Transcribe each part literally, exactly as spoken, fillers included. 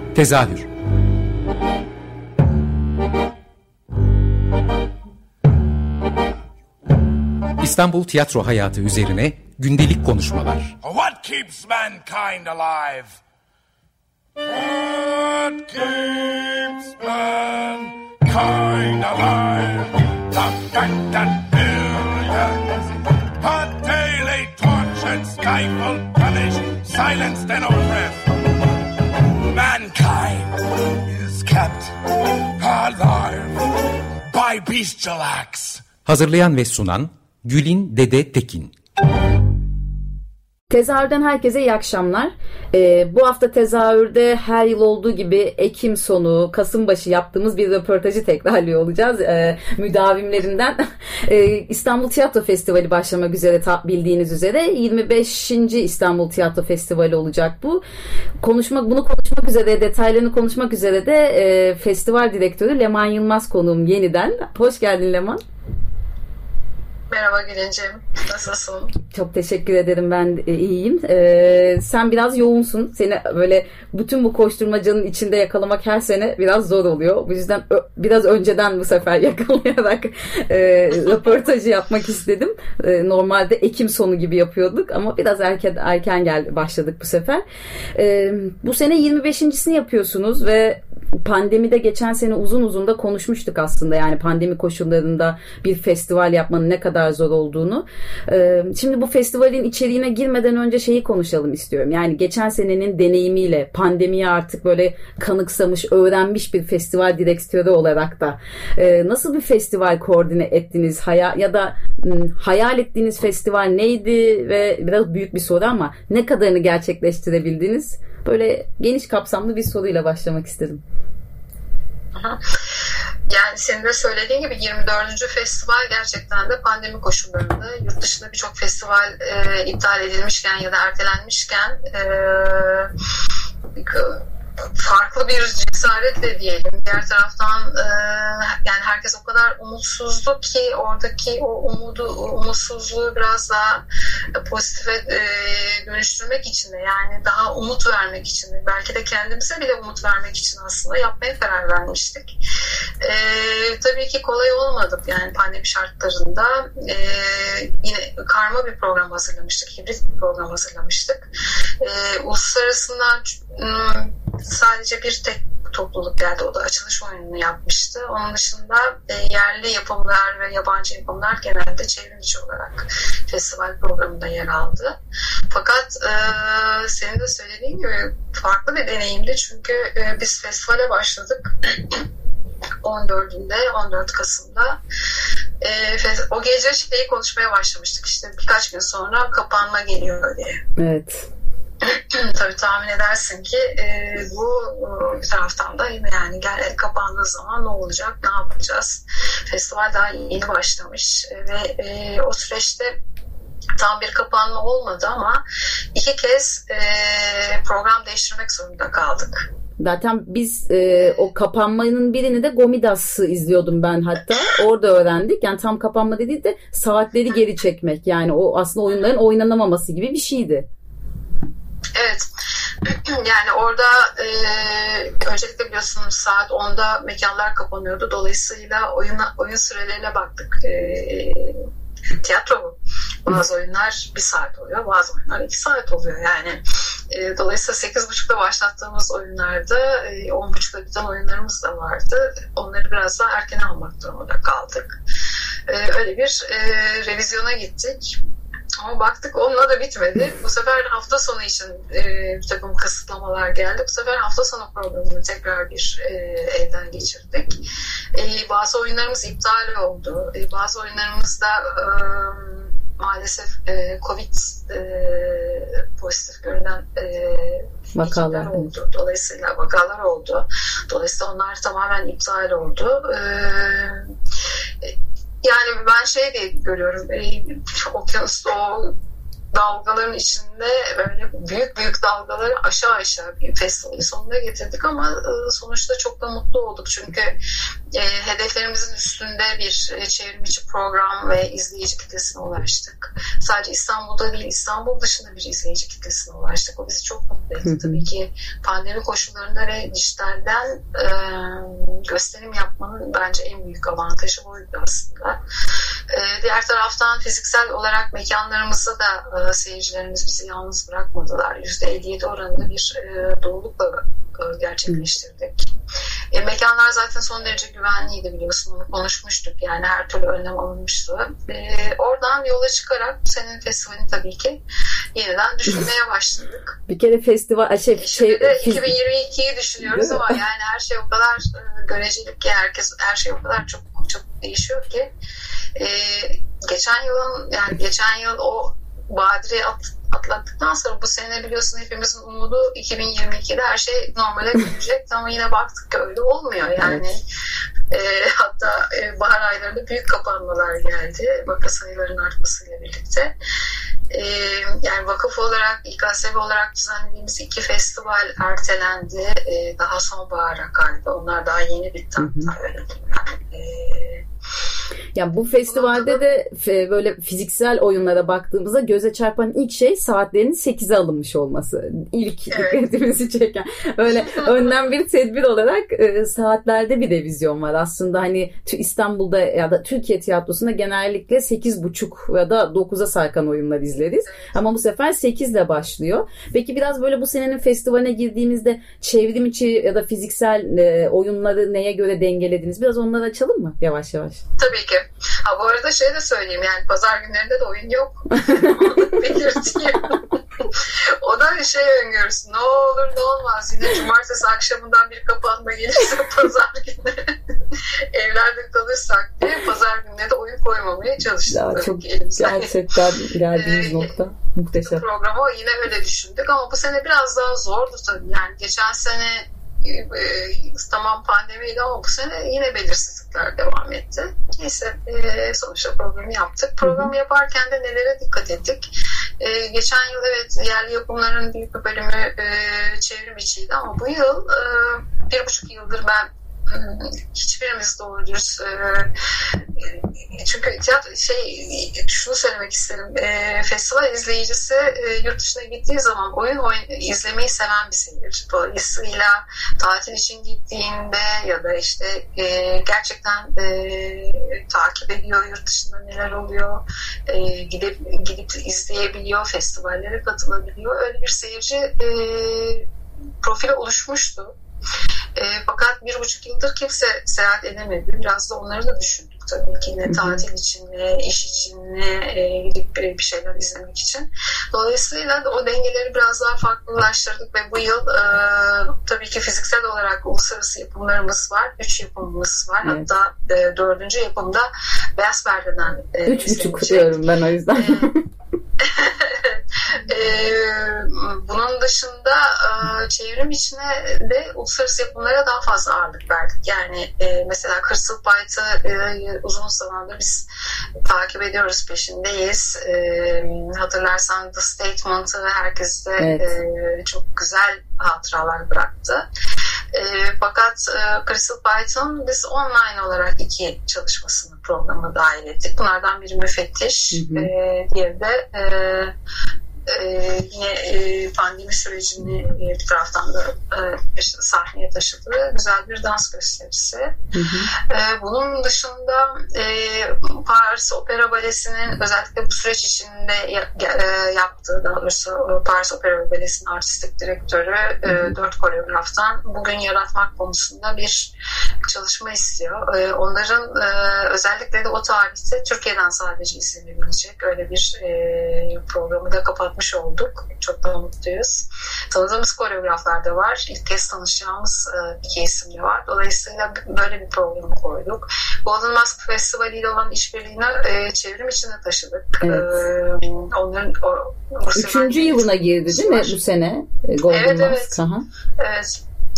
Tezahür. İstanbul tiyatro hayatı üzerine gündelik konuşmalar. What keeps mankind alive? What keeps mankind alive? The fact that billions are daily tortured, stifled, punished, silenced and oppressed. Mankind is kept alive by bestial acts. Hazırlayan ve sunan Gülin Dede Tekin. Tezahürden herkese iyi akşamlar. Ee, bu hafta tezahürde her yıl olduğu gibi Ekim sonu, Kasım başı yaptığımız bir röportajı tekrarlıyor olacağız. Ee, müdavimlerinden ee, İstanbul Tiyatro Festivali başlamak üzere, ta, bildiğiniz üzere yirmi beşinci İstanbul Tiyatro Festivali olacak bu. Konuşmak, bunu konuşmak üzere, detaylarını konuşmak üzere de e, festival direktörü Leman Yılmaz konuğum yeniden. Hoş geldin Leman. Merhaba Gülinciğim, nasılsın? Çok teşekkür ederim, ben e, iyiyim. Ee, sen biraz yoğunsun. Seni böyle bütün bu koşturmacanın içinde yakalamak her sene biraz zor oluyor. Bu yüzden ö- biraz önceden bu sefer yakalayarak e, röportajı yapmak istedim. E, normalde Ekim sonu gibi yapıyorduk ama biraz erken erken gel başladık bu sefer. E, bu sene yirmi beşincisini yapıyorsunuz ve pandemide geçen sene uzun uzun da konuşmuştuk aslında. Yani pandemi koşullarında bir festival yapmanın ne kadar zor olduğunu. Ee, şimdi bu festivalin içeriğine girmeden önce şeyi konuşalım istiyorum. Yani geçen senenin deneyimiyle pandemiye artık böyle kanıksamış, öğrenmiş bir festival direktörü olarak da e, nasıl bir festival koordine ettiniz? Haya, ya da m, hayal ettiğiniz festival neydi? Ve biraz büyük bir soru ama ne kadarını gerçekleştirebildiniz? Böyle geniş kapsamlı bir soruyla başlamak istedim. Aha. Yani senin de söylediğin gibi yirmi dördüncü festival gerçekten de pandemi koşullarında yurt dışında birçok festival e, iptal edilmişken ya da ertelenmişken e, farklı bir cesaretle diyelim. Diğer taraftan e, yani herkes o kadar umutsuzdu ki oradaki o umudu, o umutsuzluğu biraz daha pozitife e, dönüştürmek için de, yani daha umut vermek için de, belki de kendimize bile umut vermek için aslında yapmaya karar vermiştik. E, tabii ki kolay olmadı. Yani pandemi şartlarında e, yine karma bir program hazırlamıştık. Hibrit bir program hazırlamıştık. E, uluslararasından sadece bir tek topluluk geldi. O da açılış oyununu yapmıştı. Onun dışında e, yerli yapımlar ve yabancı yapımlar genelde çevrimiçi olarak festival programında yer aldı. Fakat e, senin de söylediğin gibi farklı bir deneyimdi. Çünkü e, biz festivale başladık on dördünde, on dört Kasım'da. E, o gece şeyi konuşmaya başlamıştık. İşte birkaç gün sonra kapanma geliyor diye. Evet. Tabii tahmin edersin ki e, bu bir taraftan da yani gel, kapandığı zaman ne olacak, ne yapacağız? Festival daha yeni başlamış ve e, o süreçte tam bir kapanma olmadı ama iki kez e, program değiştirmek zorunda kaldık. Zaten biz e, o kapanmanın birini de Gomidas'ı izliyordum ben hatta. Orada öğrendik. Yani tam kapanma dediği de saatleri geri çekmek. Yani o aslında oyunların oynanamaması gibi bir şeydi. Evet. Yani orada e, öncelikle biliyorsunuz saat onda mekanlar kapanıyordu. Dolayısıyla oyun, oyun sürelerine baktık. E, tiyatro bu. Bazı oyunlar bir saat oluyor. Bazı oyunlar iki saat oluyor. Yani e, dolayısıyla sekiz buçukta başlattığımız oyunlarda e, on buçukta biten oyunlarımız da vardı. Onları biraz daha erken almak durumunda kaldık. E, öyle bir e, revizyona gittik. Ama baktık onunla da bitmedi. Bu sefer hafta sonu için e, bir takım kısıtlamalar geldi. Bu sefer hafta sonu programını tekrar bir e, elden geçirdik. E, bazı oyunlarımız iptal oldu. E, bazı oyunlarımız da e, maalesef e, Covid e, pozitif görünen e, vakalar oldu. Dolayısıyla vakalar oldu. Dolayısıyla onlar tamamen iptal oldu. E, e, Yani ben şey diye görüyorum, e, okyanusta o dalgaların içinde böyle büyük büyük dalgaları aşağı aşağı bir festivalin sonuna getirdik ama sonuçta çok da mutlu olduk. Çünkü e, hedeflerimizin üstünde bir çevrimiçi program ve izleyici kitlesine ulaştık. Sadece İstanbul'da değil, İstanbul dışında bir izleyici kitlesine ulaştık. O bizi çok mutlu etti. Tabii ki pandemi koşullarında ve dijitalden e, gösterim yapmanın bence en büyük avantajı buydu aslında. E, diğer taraftan fiziksel olarak mekanlarımızda da e, seyircilerimiz bizi yalnız bırakmadılar. yüzde elli yedi oranında bir e, dolulukla e, gerçekleştirdik. E, mekanlar zaten son derece güvenliydi, biliyorsun, onu konuşmuştuk. Yani her türlü önlem alınmıştı. E, oradan yola çıkarak senin festivalini tabii ki yeniden düşünmeye başladık. Bir kere festival şey, Şimdi şey de iki bin yirmi ikiyi düşünüyoruz ama yani her şey o kadar e, göreceli ki, herkes her şey o kadar çok çok değişiyor ki. E, geçen yılın yani geçen yıl o badireyi at, atlattıktan sonra bu sene biliyorsun hepimizin umudu iki bin yirmi ikide her şey normale dönecek ama yine baktık ki öyle olmuyor yani. E, hatta e, bahar aylarında büyük kapanmalar geldi vaka sayılarının artmasıyla birlikte. E, yani vakıf olarak, İ K S V olarak düzenlediğimiz iki festival ertelendi. E, daha sonbahara kaydı. Onlar daha yeni bitti hatta, öyle diyeyim ben. E, Yani bu festivalde de böyle fiziksel oyunlara baktığımızda göze çarpan ilk şey saatlerin sekize alınmış olması. İlk evet. dikkatimizi çeken. Böyle önden bir tedbir olarak e, saatlerde bir revizyon var. Aslında hani İstanbul'da ya da Türkiye tiyatrosunda genellikle sekiz buçuk ya da dokuza sarkan oyunlar izleriz. Ama bu sefer sekizle başlıyor. Peki biraz böyle bu senenin festivaline girdiğimizde çevrim içi ya da fiziksel e, oyunları neye göre dengelediniz? Biraz onları açalım mı yavaş yavaş? Tabii ki. Ha, bu arada şey de söyleyeyim, yani pazar günlerinde de oyun yok. Onu da belirteyim. O da şey öngörüsü, ne olur ne olmaz, yine cumartesi akşamından bir kapanma gelirse pazar günü evlerde kalırsak diye pazar gününe de oyun koymamaya çalıştık. Ya, çok gerçekten geldiğimiz nokta muhteşem. Programı yine öyle düşündük ama bu sene biraz daha zordu tabii. Yani geçen sene e, tamam pandemiydi ama bu sene yine belirsizlikler devam etti. Neyse e, sonuçta programı yaptık. Programı yaparken de nelere dikkat ettik? E, geçen yıl evet yerli yapımların büyük bir bölümü e, çevrim içiydi ama bu yıl e, bir buçuk yıldır ben hiçbirimiz doğru dürüst e, çünkü tiyatro, şey şunu söylemek isterim, e, festival izleyicisi e, yurt dışına gittiği zaman oyun, oyun izlemeyi seven bir seyirci. Dolayısıyla tatil için gittiğinde ya da işte e, gerçekten e, takip ediyor yurt dışında neler oluyor, e, gidip gidip izleyebiliyor, festivallere katılabiliyor. Öyle bir seyirci e, profili oluşmuştu. E, fakat bir buçuk yıldır kimse seyahat edemedi. Biraz da onları da düşündük tabii ki, ne tatil için ne iş için ne e, gidip bir şeyler izlemek için. Dolayısıyla da o dengeleri biraz daha farklılaştırdık ve bu yıl e, tabii ki fiziksel olarak uluslararası yapımlarımız var. Üç yapımımız var. Evet. Hatta e, dördüncü yapımda Beyaz Perde'den e, Üç buçuk diyorum ben o yüzden. E, Ee, bunun dışında e, çevrim içine de uluslararası yapımlara daha fazla ağırlık verdik. Yani e, mesela Crystal Bite'ı e, uzun zamandır biz takip ediyoruz, peşindeyiz. E, hatırlarsan The Statement'ı herkeste evet. e, çok güzel hatıralar bıraktı. E, fakat e, Crystal Bite'ın biz online olarak iki çalışmasını programa dahil ettik. Bunlardan biri müfettiş, hı hı. E, diğeri de e, Ee, yine e, pandemi sürecini e, bir taraftan da e, işte sahneye taşıdığı güzel bir dans gösterisi. Hı hı. E, bunun dışında e, Paris Opera Balesi'nin özellikle bu süreç içinde ya, e, yaptığı, daha doğrusu Paris Opera Balesi'nin artistik direktörü e, dört koreograftan bugün yaratmak konusunda bir çalışma istiyor. E, onların e, özellikle de o tarihte Türkiye'den sadece izlenebilecek öyle bir e, programı da kapatmış olduk. Çok da mutluyuz. Tanıdığımız koreograflar da var. İlk kez tanışacağımız e, iki isim de var. Dolayısıyla böyle bir program koyduk. Golden Mask Festivali ile olan işbirliğini e, çevrim içine taşıdık. Evet. E, onların o, Üçüncü yılına girdi değil mi bu sene? Golden evet, Mask. Evet, Aha. evet.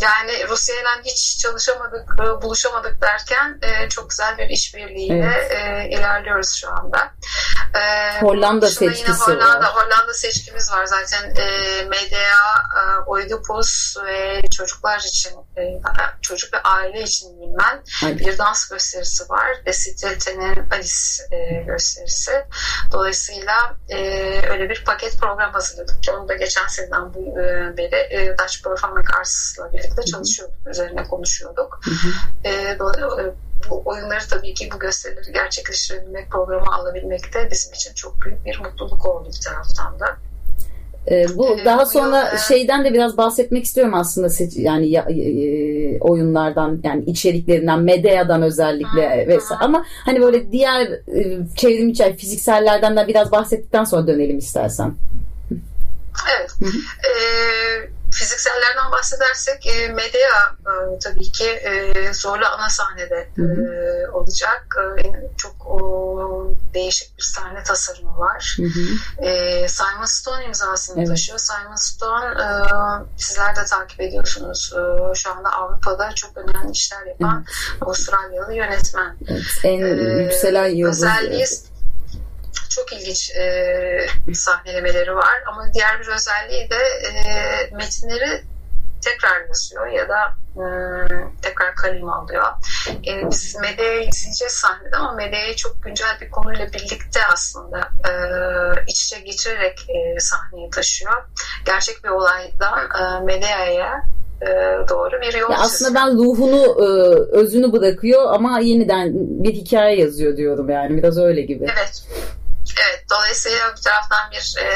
Yani Rusya'yla hiç çalışamadık, buluşamadık derken çok güzel bir işbirliğiyle evet. ilerliyoruz şu anda. Hollanda seçkisi Hollanda, var. Hollanda seçkimiz var. Zaten Medea, Oidipus ve çocuklar için, çocuk ve aile için diyeyim ben, Aynen. bir dans gösterisi var. Desitilte'nin Alice gösterisi. Dolayısıyla öyle bir paket program hazırladık. Onu da geçen seneden bu beri Dutch Performing Arts'la birlikte çalışıyorduk. Hı-hı. Üzerine konuşuyorduk. E, bu oyunları tabii ki bu gösterileri gerçekleştirebilmek, programı alabilmek de bizim için çok büyük bir mutluluk oldu bir taraftan da. Ee, bu ee, daha sonra yıl, şeyden de biraz bahsetmek istiyorum aslında, yani ya, e, oyunlardan, yani içeriklerinden, Medea'dan özellikle vesaire. Ama hani böyle diğer e, çevrim içi fiziksellerden de biraz bahsettikten sonra dönelim istersen. Evet. Ee, fiziksellerden bahsedersek e, Medea e, tabii ki e, Zorlu ana sahnede e, olacak. E, çok o, değişik bir sahne tasarımı var. Hı hı. E, Simon Stone imzasını evet. taşıyor. Simon Stone e, sizler de takip ediyorsunuz. E, şu anda Avrupa'da çok önemli işler yapan evet. Avustralyalı yönetmen. Evet. En e, yükselen yıldız. Özelliği çok ilginç e, sahnelemeleri var ama diğer bir özelliği de e, metinleri tekrar yazıyor ya da e, tekrar kaleme alıyor. E, biz Medea'yı izleyeceğiz sahnede ama Medea'yı çok güncel bir konuyla birlikte aslında e, iç içe geçirerek e, sahneye taşıyor. Gerçek bir olaydan e, Medea'ya doğru bir yol. Ya aslında ben ruhunu, özünü bırakıyor ama yeniden bir hikaye yazıyor diyorum, yani biraz öyle gibi. Evet. Evet. Dolayısıyla bir taraftan bir e,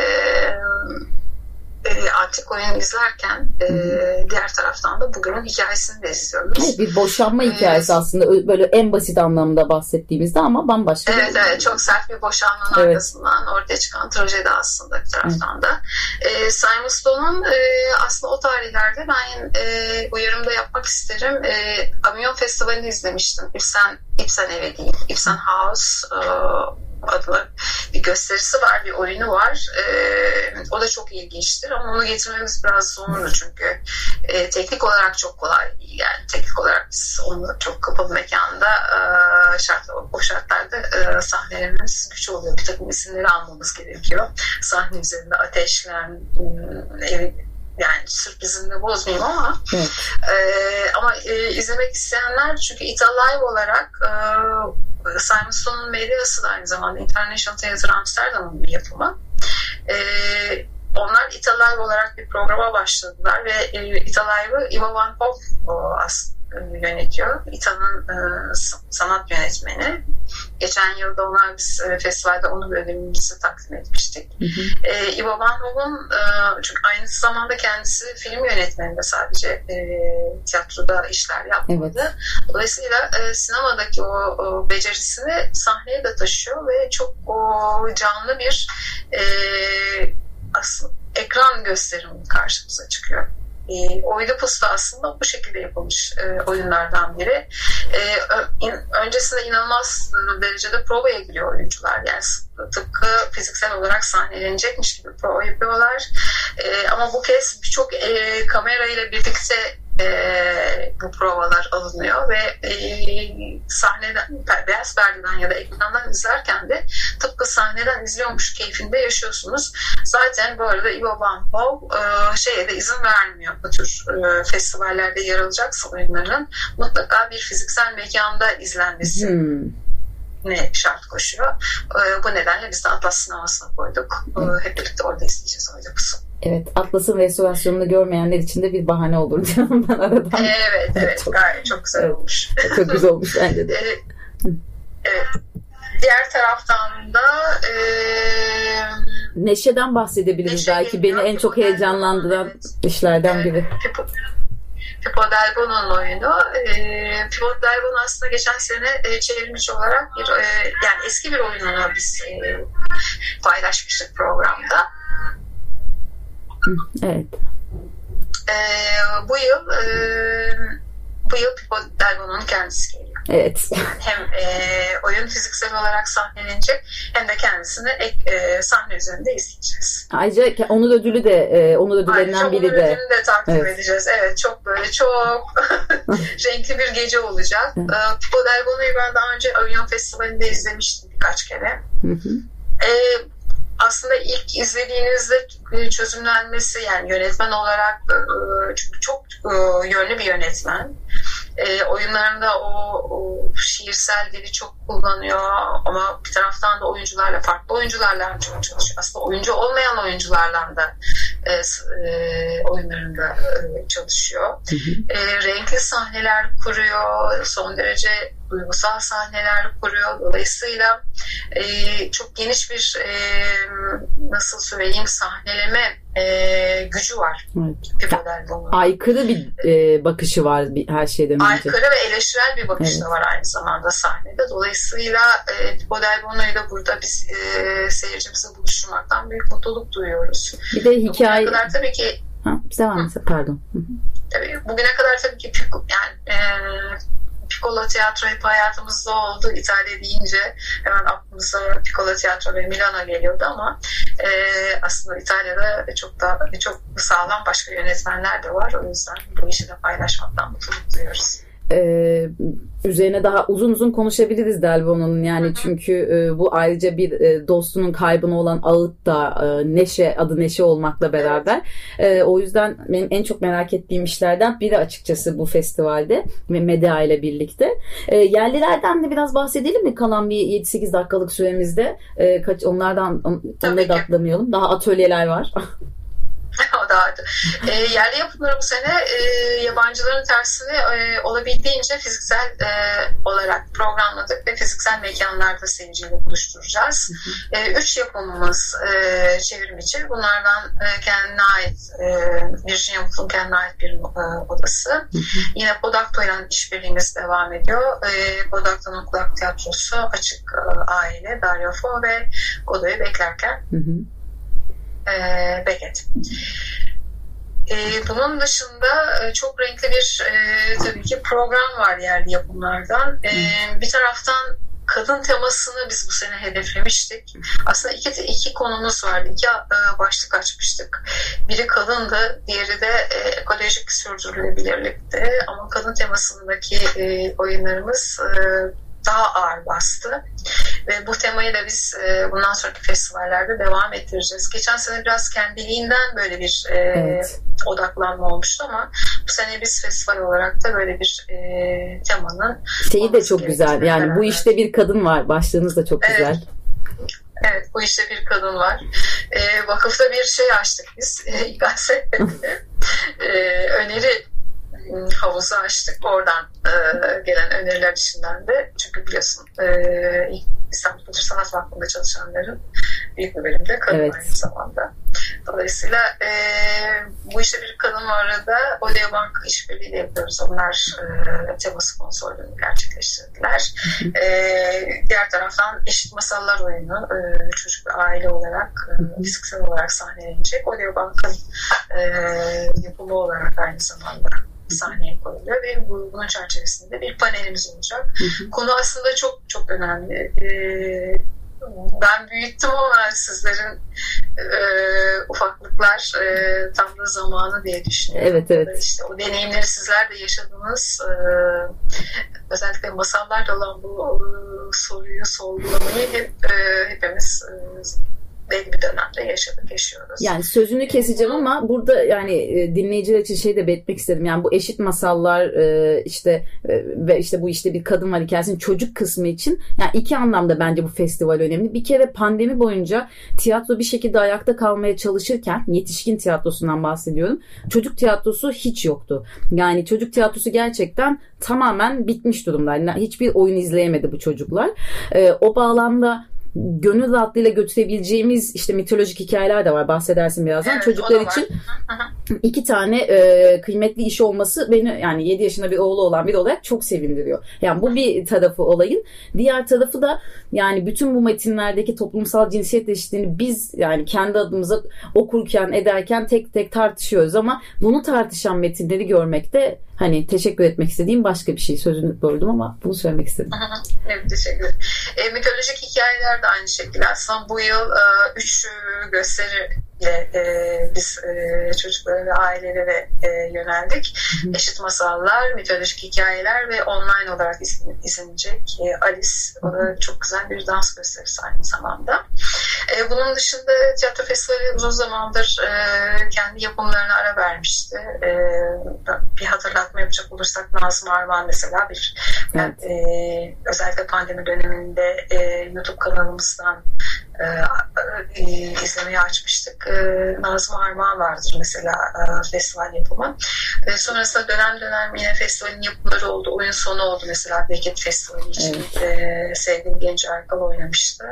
e, antik oyun izlerken e, diğer taraftan da bugünün hikayesini de izliyoruz. Evet, bir boşanma hikayesi evet. aslında, böyle en basit anlamda bahsettiğimizde ama bambaşka. Evet, evet. Çok sert bir boşanmanın evet. arkasından ortaya çıkan trajedi aslında bir taraftan da. E, Simon Stone'un e, aslında o tarihlerde ben e, uyarımda yapmak isterim. E, Avignon Festivali'ni izlemiştim. Ibsen, Ibsen evi değil. Ibsen House e, adlı bir gösterisi var, bir oyunu var. Ee, o da çok ilginçtir ama onu getirmemiz biraz zorlu çünkü e, teknik olarak çok kolay değil. Yani teknik olarak biz onu çok kapalı mekanda e, şart, o şartlarda e, sahnelerimiz güç oluyor. Bir takım isimleri almamız gerekiyor. Sahne üzerinde ateşler, evi, yani sürprizini bozmayayım ama evet. e, ama e, izlemek isteyenler, çünkü It's Alive olarak e, Simon Stone'un Medea'sı da aynı zamanda International Theatre Amsterdam'ın bir yapımı. E, onlar It's Alive olarak bir programa başladılar ve e, It's Alive'ı Ivo Van Hoff aslında yönetiyor. İTA'nın e, sanat yönetmeni. Geçen yılda onlar biz e, festivalde onun bölümümüzü takdim etmiştik. Hı hı. E, Ivo Van Hoff'un e, çünkü aynı zamanda kendisi film yönetmeni de, sadece e, tiyatroda işler yapmadı. Evet. Dolayısıyla e, sinemadaki o, o becerisini sahneye de taşıyor ve çok o, canlı bir e, aslında ekran gösterimi karşımıza çıkıyor. E, Oidipus da aslında bu şekilde yapılmış e, oyunlardan biri. E, in, öncesinde inanılmaz derecede provaya giriyor oyuncular. Yani tıpkı fiziksel olarak sahnelenecekmiş gibi prova yapıyorlar. E, ama bu kez birçok e, kamera ile birlikte e, bu provalar alınıyor ve e, sahneden, beyaz perdeden ya da ekrandan izlerken de tıpkı sahneden izliyormuş keyfinde yaşıyorsunuz. Zaten bu arada Ivo Van Hoff e, şeye de izin vermiyor. Bu tür e, festivallerde yer alacaksa oyunların mutlaka bir fiziksel mekanda izlenmesi. Hmm. ne şart koşuyor. E, bu nedenle biz de Atlas sinemasına koyduk. E, hep birlikte orada izleyeceğiz Oidipus'u. Evet, Atlas'ın restorasyonunu görmeyenler için de bir bahane olur diyorum ben aradan. Evet, evet. Çok, gayet çok güzel evet, olmuş. Çok güzel olmuş bence de. Evet. Diğer taraftan da e, Neşe'den bahsedebiliriz Neşe belki. Geliyor. Beni en çok heyecanlandıran evet. işlerden evet. biri. Pippo, Pippo Delbono'nun oyunu. E, Pippo Delbono aslında geçen sene e, çevrilmiş olarak bir e, yani eski bir oyununu biz e, paylaşmıştık programda. Evet. E, bu yıl e, bu yıl Pippo Del Bono'nun kendisi geliyor. Evet. Yani hem e, oyun fiziksel olarak sahnelenecek hem de kendisini ek, e, sahne üzerinde izleyeceğiz. Ayrıca onur ödülü de e, onur ödüllerinden biri de. Onur ödülünü de takip evet. edeceğiz. Evet, çok böyle çok renkli bir gece olacak. Evet. E, Pippo Del Bono'yu ben daha önce Avignon Festivali'nde izlemiştim birkaç kere. Hı hı. E, aslında ilk izlediğinizde çözümlenmesi, yani yönetmen olarak çünkü çok yönlü bir yönetmen. E, oyunlarında o, o şiirsel dili çok kullanıyor ama bir taraftan da oyuncularla, farklı oyuncularla çok çalışıyor. Aslında oyuncu olmayan oyuncularla da e, e, oyunlarında e, çalışıyor. Hı hı. E, renkli sahneler kuruyor, son derece duygusal sahneler kuruyor. Dolayısıyla e, çok geniş bir e, nasıl söyleyeyim sahneleme e, gücü var. Evet. Aykırı bir e, bakışı var bir, her şeyden önce. Aykırı ve eleştirel bir bakışı evet. da var aynı zamanda sahnede. Dolayısıyla e, Pippo Del Bono'yu da burada biz e, seyircimize buluşturmaktan büyük mutluluk duyuyoruz. Bir de hikaye... Bugüne kadar tabii ki... Ha, devam et, pardon. Tabii, bugüne kadar tabii ki yani... E, Piccolo Tiyatro hep hayatımızda oldu. İtalya deyince hemen aklımıza Piccolo Tiyatro ve Milano geliyordu ama e, aslında İtalya'da çok da çok sağlam başka yönetmenler de var. O yüzden bu işi de paylaşmaktan mutluluk duyuyoruz. Ee, üzerine daha uzun uzun konuşabiliriz Del Bono'nun yani. Hı hı. Çünkü e, bu ayrıca bir e, dostunun kaybına olan ağıt da e, Neşe, adı Neşe olmakla beraber evet. e, o yüzden benim en çok merak ettiğim işlerden biri açıkçası bu festivalde ve Medea ile birlikte. E, yerlilerden de biraz bahsedelim mi kalan bir yedi sekiz dakikalık süremizde? E, kaç onlardan on, onları da atlamayalım. Daha atölyeler var. O da vardı. E, yerli yapımları bu sene e, yabancıların tersine e, olabildiğince fiziksel e, olarak programladık ve fiziksel mekanlarda seyirciyle buluşturacağız. Hı hı. E, üç yapımımız e, çevrimiçi. Bunlardan e, kendine ait e, Virginia Woolf'un kendine ait bir e, odası. Hı hı. Yine Podakto ile işbirliğimiz devam ediyor. E, Podakto'nun Kulak Tiyatrosu, Açık e, Aile, Dario Fo ve Godoy'u beklerken hı hı. E, Beckett. E, bunun dışında e, çok renkli bir e, tabii ki program var yerli yapımlardan. E, bir taraftan kadın temasını biz bu sene hedeflemiştik. Aslında iki, iki konumuz vardı. İki e, başlık açmıştık. Biri kadındı, diğeri de e, ekolojik sürdürülebilirlikti. Ama kadın temasındaki e, oyunlarımız e, daha ağır bastı. Ve bu temayı da biz e, bundan sonraki festivallerde devam ettireceğiz. Geçen sene biraz kendiliğinden böyle bir e, evet. odaklanma olmuştu ama bu sene biz festival olarak da böyle bir e, temanın şeyi de çok güzel. Yani beraber. Bu işte bir kadın var. Başlığınız da çok evet. güzel. Evet, bu işte bir kadın var. E, vakıfta bir şey açtık biz. E, İKSV'de e, öneri havuzu açtık. Oradan e, gelen öneriler içinden de çünkü biliyorsun e, İstanbul Kültür Sanat Vakfı'nda çalışanların büyük bir bölümde kadın evet. aynı zamanda. Dolayısıyla e, bu işte bir kadın var arada. Odea Bank işbirliğiyle yapıyoruz. Onlar e, tema sponsorluğunu gerçekleştirdiler. e, diğer taraftan Eşit Masallar oyunu e, çocuk ve aile olarak e, fiziksel olarak sahnelenecek. Odea Bank'ın e, yapımı olarak aynı zamanda sahneye koyuluyor ve bu, bunun çerçevesinde bir panelimiz olacak. Hı hı. Konu aslında çok çok önemli. Ee, ben büyüttüm ama sizlerin e, ufaklıklar e, tam da zamanı diye düşünüyorum. Evet, evet. İşte o deneyimleri sizler de yaşadınız. E, özellikle masallarla olan bu e, soruyu sorgulamayı hep e, hepimiz e, belli bir dönemde yaşadık, yaşıyoruz. Yani sözünü keseceğim ama burada yani dinleyiciler için şey de belirtmek istedim. Yani bu eşit masallar işte ve işte bu işte bir kadın var hikayesinin çocuk kısmı için yani iki anlamda bence bu festival önemli. Bir kere pandemi boyunca tiyatro bir şekilde ayakta kalmaya çalışırken yetişkin tiyatrosundan bahsediyorum. Çocuk tiyatrosu hiç yoktu. Yani çocuk tiyatrosu gerçekten tamamen bitmiş durumda. Yani hiçbir oyun izleyemedi bu çocuklar. O bağlamda gönül rahatlığıyla götürebileceğimiz işte mitolojik hikayeler de var. Bahsedersin birazdan. Evet, çocuklar için İki tane e, kıymetli işi olması beni, yani yedi yaşında bir oğlu olan biri olarak çok sevindiriyor. Yani bu bir tarafı olayın. Diğer tarafı da yani bütün bu metinlerdeki toplumsal cinsiyet eşitliğini biz yani kendi adımıza okurken ederken tek tek tartışıyoruz ama bunu tartışan metinleri görmekte hani teşekkür etmek istediğim başka bir şey. Sözünü böldüm ama bunu söylemek istedim. Evet, teşekkür ederim. E, mitolojik hikayeler de aynı şekilde. Aslında bu yıl e, üç gösteri ile e, biz e, çocuklara ve ailelere e, yöneldik. Hı hı. Eşit masallar, mitolojik hikayeler ve online olarak izlen, izlenecek e, Alice. O da çok güzel bir dans gösterisi aynı zamanda. E, bunun dışında tiyatro festivali uzun zamandır e, kendi yapımlarına ara vermişti. E, bir hatırlatma yapacak olursak Nazım Armağan mesela bir evet. e, özellikle pandemi döneminde e, YouTube kanalımızdan e, e, izlemeyi açmıştık. E, Nazım Armağan vardır mesela e, festival yapımı. E, sonrasında dönem dönem yine festivalin yapımları oldu. Oyun sonu oldu mesela Beket Festivali için. Evet. E, sevgili Genç Erkal oynamıştı.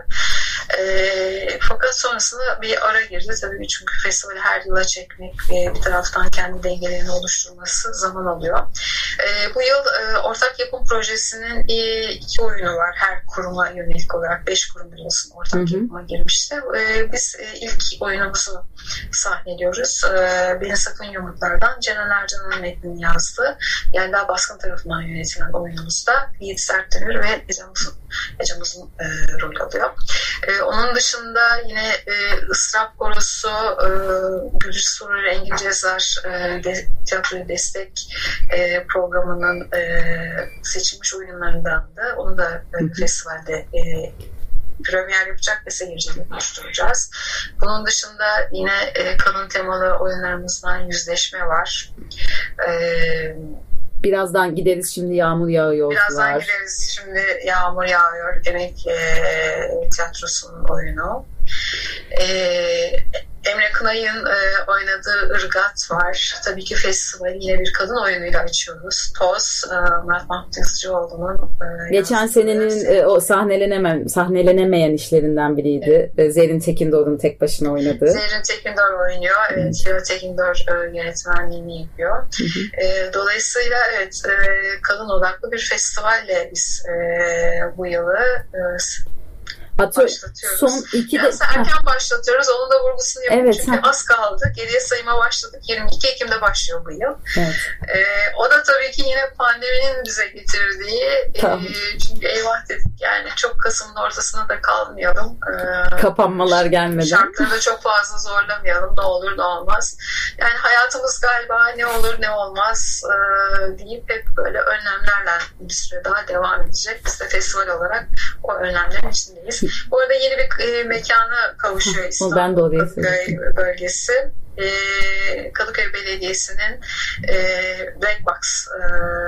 E, fakat sonrasında bir ara girdi tabii çünkü festivali her yıla çekmek ve bir taraftan kendi dengelerini oluşturması zaman alıyor. E, bu yıl e, ortak yapım projesinin e, iki oyunu var her kuruma yönelik olarak. Beş kurum biliyorsun ortak hı hı. yapıma girmişti. E, biz e, ilk oyunumuzu sahneliyoruz. E, Beni Sakın Yumurtlar'dan Cenan Ercan'ın metnini yazdı. Yani daha baskın tarafından yönetilen oyunumuzda Yiğit Sertdemir ve Ecemuz'un Ecemuz'un e, rol alıyor. E, onun dışında yine e, Israf Korosu, e, Gülüş Surur, Engin Cezar e, de, tiyatroya destek e, programının e, seçilmiş oyunlarından da onu da e, festivalde e, premier yapacak ve seyirciyle buluşturacağız. Bunun dışında yine e, kadın temalı oyunlarımızdan Yüzleşme var. E, Birazdan gideriz şimdi yağmur yağıyor. Birazdan var. gideriz şimdi yağmur yağıyor. Emek e, tiyatrosunun oyunu. E, Emre Kınay'ın e, oynadığı Irgat var. Tabii ki festivali yine bir kadın oyunuyla açıyoruz. Toz, e, Murat Mahmut Yazıcıoğlu'nun e, geçen senenin e, o sahnelenemem, sahnelenemeyen işlerinden biriydi. Evet. Zerrin Tekindor'un tek başına oynadığı. Zerrin Tekindor oynuyor. Evet, Zerrin Tekindor e, yönetmenliğini yapıyor. Hı hı. E, dolayısıyla evet e, kadın odaklı bir festivalle biz e, bu yılı e, Atıyor. başlatıyoruz. Son iki de... erken ha. başlatıyoruz. Onun da vurgusunu yapalım. Evet, çünkü ha. az kaldı. Geriye sayıma başladık. yirmi iki Ekim'de başlıyor bu yıl. Evet. Ee, o da tabii ki yine pandeminin bize getirdiği tamam. e, çünkü eyvah dedik yani çok Kasım'ın ortasına da kalmayalım. Ee, Kapanmalar gelmeden. Şartları da çok fazla zorlamayalım. Ne olur ne olmaz. Yani hayatımız galiba ne olur ne olmaz e, deyip hep böyle önlemlerle bir süre daha devam edecek. Biz de festival olarak o önlemlerin içindeyiz. Bu arada yeni bir e, mekana kavuşuyor İstanbul ben de Kadıköy bölgesi. E, Kadıköy Belediyesi'nin e, Black Box e,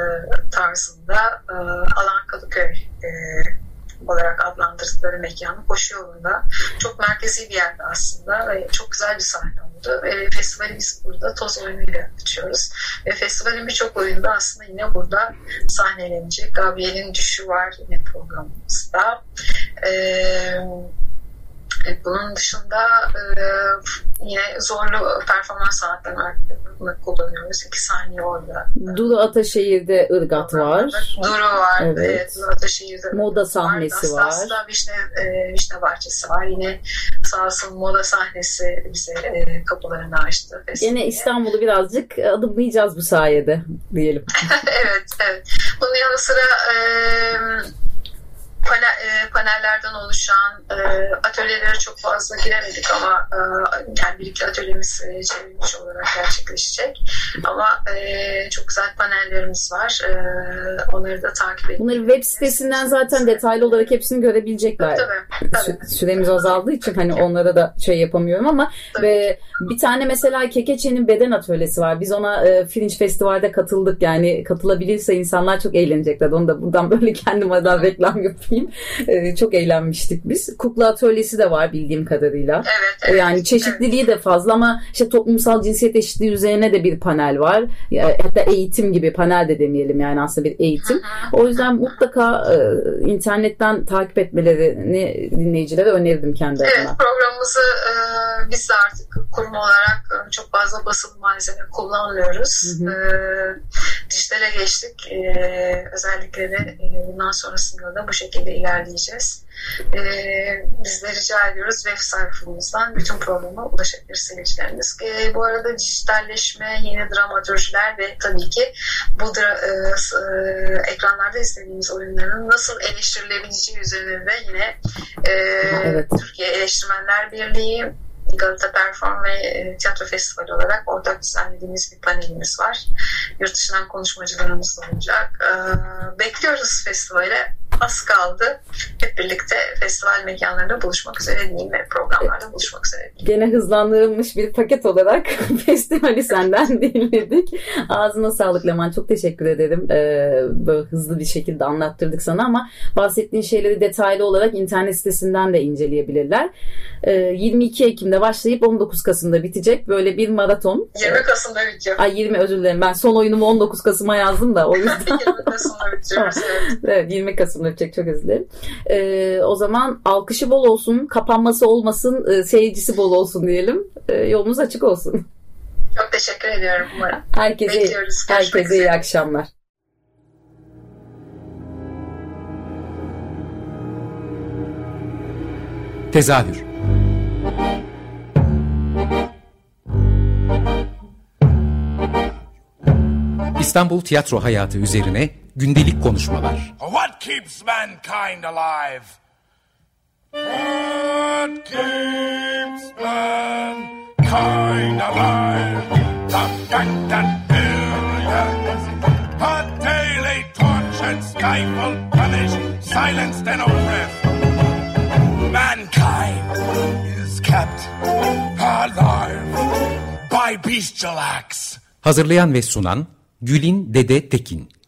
tarzında e, Alan Kadıköy e, olarak adlandırdıkları mekanı koşu yolunda. Çok merkezi bir yerde aslında ve çok güzel bir sahne oldu. E, festivali biz burada toz oyunuyla açıyoruz. Ve festivalin birçok oyunda aslında yine burada sahnelenecek. Gabriel'in Düşü var yine programımızda. Eee bunun dışında e, yine zorlu performans sanatlarını kullanıyoruz. İki saniye orada. Duru Ataşehir'de Irgat var. Duru var. Evet. Evet, Duru Ataşehir'de Moda sahnesi var. Aslında Vişne, e, Vişne Bahçesi var. Yine sağ olsun moda sahnesi bize e, kapılarını açtı. Yine İstanbul'u birazcık adımlayacağız bu sayede diyelim. evet, evet. Bunun yanı sıra e, Panel, e, panellerden oluşan e, atölyelere çok fazla giremedik ama e, yani bir iki atölyemiz e, çevrilmiş olarak gerçekleşecek. Ama e, çok güzel panellerimiz var. E, onları da takip edin. Bunları web sitesinden zaten detaylı olarak hepsini görebilecekler. Tabii, tabii. Süremiz azaldığı için hani onlara da şey yapamıyorum ama ve bir tane mesela Kekeçe'nin beden atölyesi var. Biz ona e, Fringe Festival'de katıldık. Yani katılabilirse insanlar çok eğlenecekler. Onu da buradan böyle kendim adına reklam yapayım. Ee, çok eğlenmiştik biz. Kukla atölyesi de var bildiğim kadarıyla. Evet, evet, yani çeşitliliği evet. de fazla ama işte toplumsal cinsiyet eşitliği üzerine de bir panel var. Hatta eğitim gibi panel de demeyelim yani aslında bir eğitim. Hı hı. O yüzden mutlaka e, internetten takip etmelerini dinleyicilere önerirdim kendi evet, adıma. Evet, programımızı e, biz de artık kurum olarak e, çok fazla basılı malzeme kullanmıyoruz. Hı hı. Ee, dijitale geçtik. Ee, özellikle de e, bundan sonrasında da bu şekilde ilerleyeceğiz. Ee, biz de rica ediyoruz web sayfamızdan bütün programa ulaşabilir seyircilerimiz. Ee, bu arada dijitalleşme, yeni dramaturjiler ve tabii ki bu dra- e, ekranlarda izlediğimiz oyunların nasıl eleştirilebileceği üzerine de yine e, evet. Türkiye Eleştirmenler Birliği, Galata Perform ve Tiyatro Festivali olarak ortak düzenlediğimiz bir panelimiz var. Yurt dışından konuşmacılarımız da olacak. Ee, bekliyoruz festivale. Az kaldı. Hep birlikte festival mekanlarında buluşmak üzere diyeyim ve programlarda buluşmak üzere diyeyim. Gene hızlandırılmış bir paket olarak festivali senden dinledik. Ağzına sağlık Leman. Çok teşekkür ederim. Ee, böyle hızlı bir şekilde anlattırdık sana ama bahsettiğin şeyleri detaylı olarak internet sitesinden de inceleyebilirler. Ee, yirmi iki Ekim'de başlayıp on dokuz Kasım'da bitecek böyle bir maraton. yirmi Kasım'da bitiyor. Ay yirmi özür dilerim. Ben son oyunumu on dokuz Kasım'a yazdım da o yüzden. yirmi Kasım'da bitiyor. Evet, yirmi Kasım'da bitecek. Çok özür dilerim. Ee, o zaman alkışı bol olsun, kapanması olmasın, e, seyircisi bol olsun diyelim. E, yolunuz açık olsun. Çok teşekkür ediyorum umarım. Herkese, Bekliyoruz. herkese iyi akşamlar. Tezahür. İstanbul tiyatro hayatı üzerine gündelik konuşmalar. What keeps mankind alive? What keeps mankind alive? The fact that billions are daily tortured, stifled, punished, silenced and oppressed. Mankind is kept alive by bestial acts. Hazırlayan ve sunan Gülin Dede Tekin.